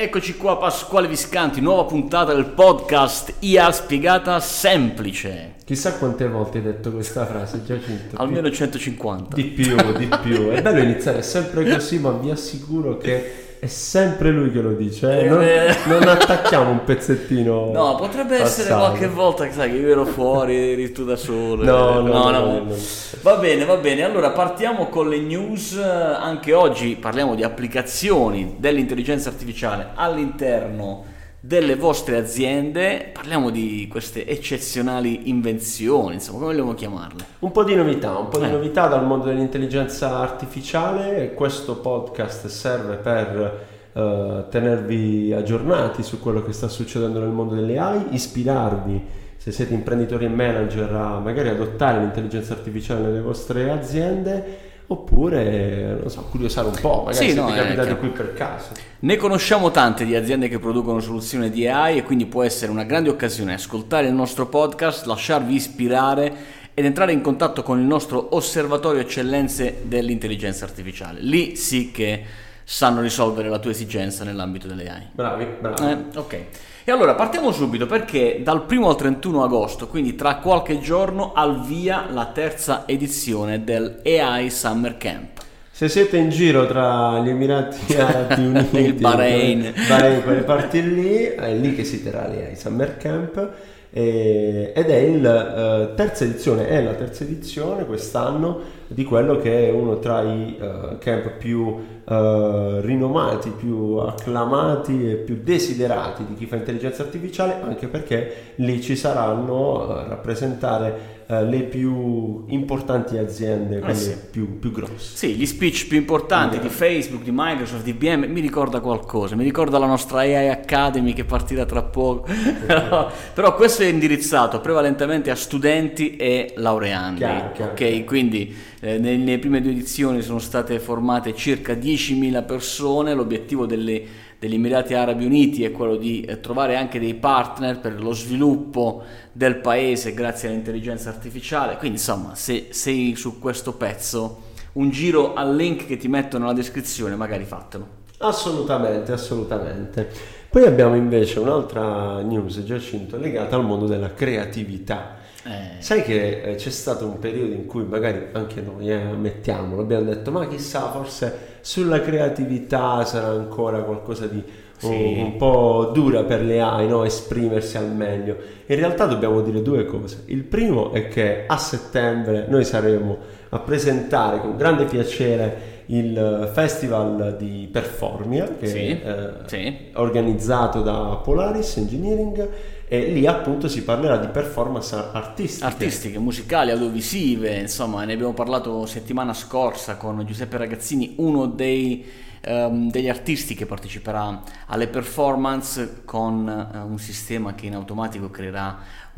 Eccoci qua, Pasquale Viscanti, nuova puntata del podcast IA spiegata semplice. Chissà quante volte hai detto questa frase, Giacinto. Almeno 150. Di più. È bello iniziare sempre così, ma vi assicuro che è sempre lui che lo dice. Non attacchiamo un pezzettino. No, potrebbe essere qualche volta che sai che io ero fuori, eri tu da solo. No. Va bene. Allora partiamo con le news. Anche oggi parliamo di applicazioni dell'intelligenza artificiale all'interno delle vostre aziende. Parliamo di queste eccezionali invenzioni, insomma, come vogliamo chiamarle? Un po' di novità dal mondo dell'intelligenza artificiale. Questo podcast serve per tenervi aggiornati su quello che sta succedendo nel mondo delle AI, ispirarvi se siete imprenditori e manager a magari adottare l'intelligenza artificiale nelle vostre aziende, oppure, non so, curiosare un po', magari siete capitati qui per caso. Ne conosciamo tante di aziende che producono soluzioni di AI e quindi può essere una grande occasione ascoltare il nostro podcast, lasciarvi ispirare ed entrare in contatto con il nostro osservatorio eccellenze dell'intelligenza artificiale. Lì sì che sanno risolvere la tua esigenza nell'ambito delle AI. Bravi. Ok. E allora partiamo subito, perché dal 1 al 31 agosto, quindi tra qualche giorno, al via la terza edizione del AI Summer Camp. Se siete in giro tra gli Emirati Arabi Uniti il Bahrain, quelle parti lì, è lì che si terrà l'AI Summer Camp, ed è la terza edizione quest'anno di quello che è uno tra i camp più rinomati, più acclamati e più desiderati di chi fa intelligenza artificiale, anche perché lì ci saranno a rappresentare le più importanti aziende, quelle più grosse. Sì, gli speech più importanti di Facebook, di Microsoft, di IBM. Mi ricorda qualcosa, mi ricorda la nostra AI Academy che partirà tra poco. Però questo è indirizzato prevalentemente a studenti e laureandi. Ok, quindi nelle prime 2 edizioni sono state formate circa 10.000 persone. L'obiettivo degli Emirati Arabi Uniti è quello di trovare anche dei partner per lo sviluppo del paese grazie all'intelligenza artificiale. Quindi insomma, se sei su questo pezzo, un giro al link che ti metto nella descrizione, magari fatelo. Assolutamente. Poi abbiamo invece un'altra news, Giacinto, legata al mondo della creatività. Sai che c'è stato un periodo in cui magari anche noi, ammettiamolo, abbiamo detto ma chissà, forse sulla creatività sarà ancora qualcosa di un po' dura per le AI, no? Esprimersi al meglio. In realtà dobbiamo dire 2 cose. Il primo è che a settembre noi saremo a presentare con grande piacere il festival di Performia che è organizzato da Polaris Engineering, e lì appunto si parlerà di performance artistiche, musicali, audiovisive. Insomma, ne abbiamo parlato settimana scorsa con Giuseppe Ragazzini, uno degli artisti che parteciperà alle performance, con un sistema che in automatico creerà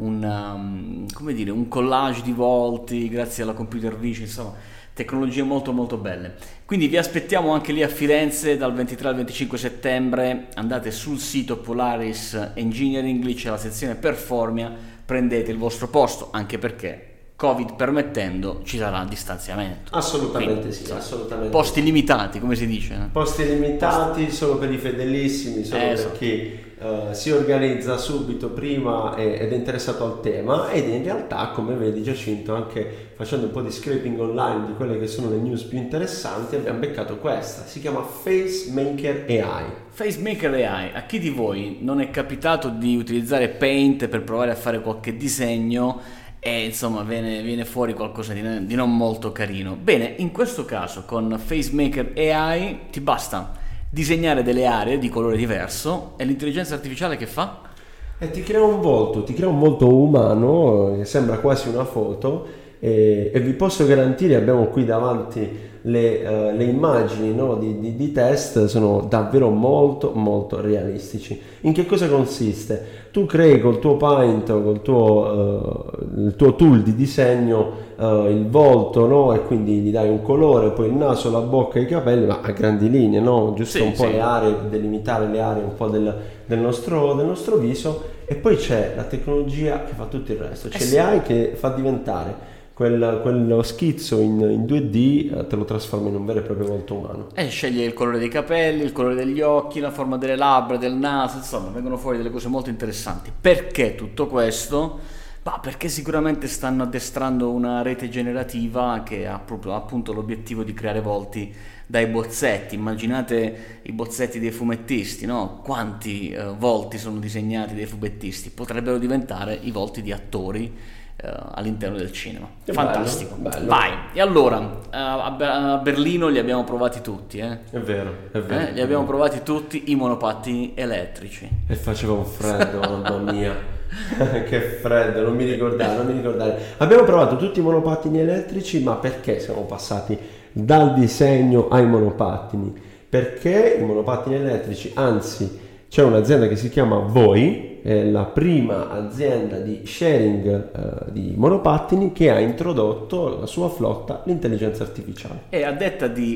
un collage di volti grazie alla computer vision. Insomma, tecnologie molto molto belle. Quindi vi aspettiamo anche lì a Firenze dal 23 al 25 settembre. Andate sul sito Polaris Engineering, lì c'è la sezione Performia, prendete il vostro posto, anche perché Covid permettendo ci sarà distanziamento. Assolutamente. Assolutamente. Posti limitati, come si dice? Posti limitati solo per i fedelissimi, solo per chi si organizza subito prima ed è interessato al tema. Ed in realtà, come vedi Giacinto, anche facendo un po' di scraping online di quelle che sono le news più interessanti, abbiamo beccato questa. Si chiama FaceMaker AI. FaceMaker AI. A chi di voi non è capitato di utilizzare Paint per provare a fare qualche disegno e insomma viene fuori qualcosa di non molto carino? Bene, in questo caso con FaceMaker AI ti basta disegnare delle aree di colore diverso e l'intelligenza artificiale che fa? Ti crea un volto umano, che sembra quasi una foto, e vi posso garantire, abbiamo qui davanti le immagini, no, di test, sono davvero molto molto realistici. In che cosa consiste? Tu crei col tuo Paint, il tuo tool di disegno, il volto, no? E quindi gli dai un colore, poi il naso, la bocca, i capelli, ma a grandi linee, no? Giusto le aree, delimitare le aree un po' del nostro viso. E poi c'è la tecnologia che fa tutto il resto, c'è l'AI che fa diventare quello schizzo in 2D te lo trasforma in un vero e proprio volto umano. E sceglie il colore dei capelli, il colore degli occhi, la forma delle labbra, del naso, insomma, vengono fuori delle cose molto interessanti. Perché tutto questo? Perché sicuramente stanno addestrando una rete generativa che ha proprio appunto l'obiettivo di creare volti dai bozzetti. Immaginate i bozzetti dei fumettisti, no? Quanti volti sono disegnati dai fumettisti? Potrebbero diventare i volti di attori all'interno del cinema. Che fantastico, bello. Vai. E allora a Berlino li abbiamo provati tutti, È vero. Li abbiamo provati tutti i monopattini elettrici e faceva un freddo, mamma mia. Che freddo, non mi ricordare. Abbiamo provato tutti i monopattini elettrici, ma perché siamo passati dal disegno ai monopattini? Perché i monopattini elettrici, anzi c'è un'azienda che si chiama Voi, è la prima azienda di sharing di monopattini che ha introdotto alla sua flotta l'intelligenza artificiale. E a detta di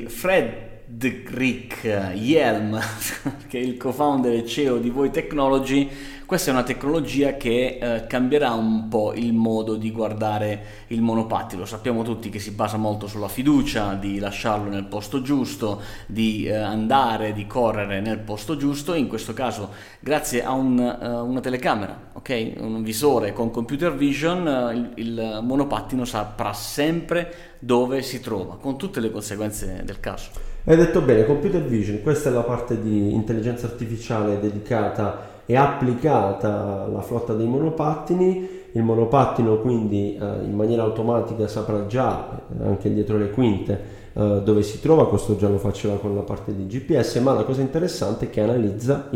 Fredrik Hjelm, che è il co-founder e CEO di Voi Technology, questa è una tecnologia che cambierà un po' il modo di guardare il monopattino. Sappiamo tutti che si basa molto sulla fiducia, di lasciarlo nel posto giusto, di andare, di correre nel posto giusto. In questo caso, grazie a una telecamera, ok? Un visore con computer vision, il monopattino saprà sempre dove si trova, con tutte le conseguenze del caso. Hai detto bene, computer vision, questa è la parte di intelligenza artificiale dedicata e applicata alla flotta dei monopattini. Il monopattino quindi in maniera automatica saprà già, anche dietro le quinte, dove si trova. Questo già lo faceva con la parte di GPS, ma la cosa interessante è che analizza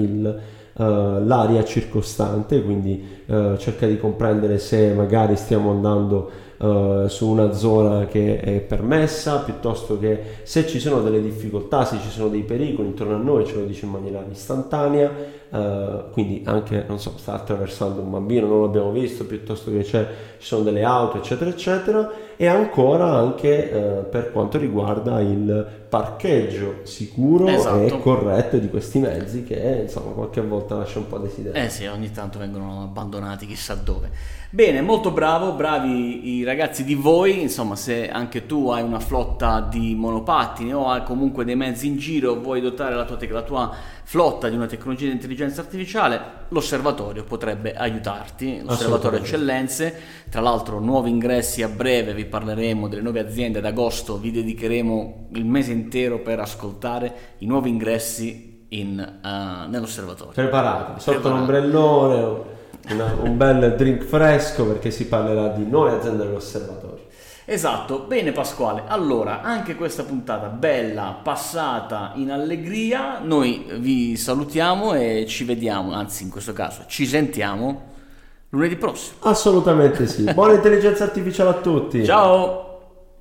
l'area circostante, quindi cerca di comprendere se magari stiamo andando su una zona che è permessa, piuttosto che se ci sono delle difficoltà, se ci sono dei pericoli intorno a noi, ce lo dice in maniera istantanea. Quindi anche, non so, sta attraversando un bambino, non l'abbiamo visto, piuttosto che ci sono delle auto, eccetera eccetera. E ancora anche per quanto riguarda il parcheggio sicuro e corretto di questi mezzi, che insomma qualche volta lascia un po' a desiderare. Sì, ogni tanto vengono abbandonati chissà dove. Bene, molto bravi i ragazzi di Voi. Insomma, se anche tu hai una flotta di monopattini o hai comunque dei mezzi in giro, vuoi dotare la tua flotta di una tecnologia di intelligenza artificiale, l'osservatorio potrebbe aiutarti, l'osservatorio Eccellenze. Tra l'altro nuovi ingressi a breve, vi parleremo delle nuove aziende. Ad agosto vi dedicheremo il mese intero per ascoltare i nuovi ingressi nell'osservatorio. Preparati, sotto l'ombrellone, un bel drink fresco, perché si parlerà di nuove aziende dell'osservatorio. Esatto, bene Pasquale, allora anche questa puntata bella, passata in allegria, noi vi salutiamo e ci vediamo, anzi in questo caso ci sentiamo lunedì prossimo. Assolutamente sì, buona intelligenza artificiale a tutti. Ciao!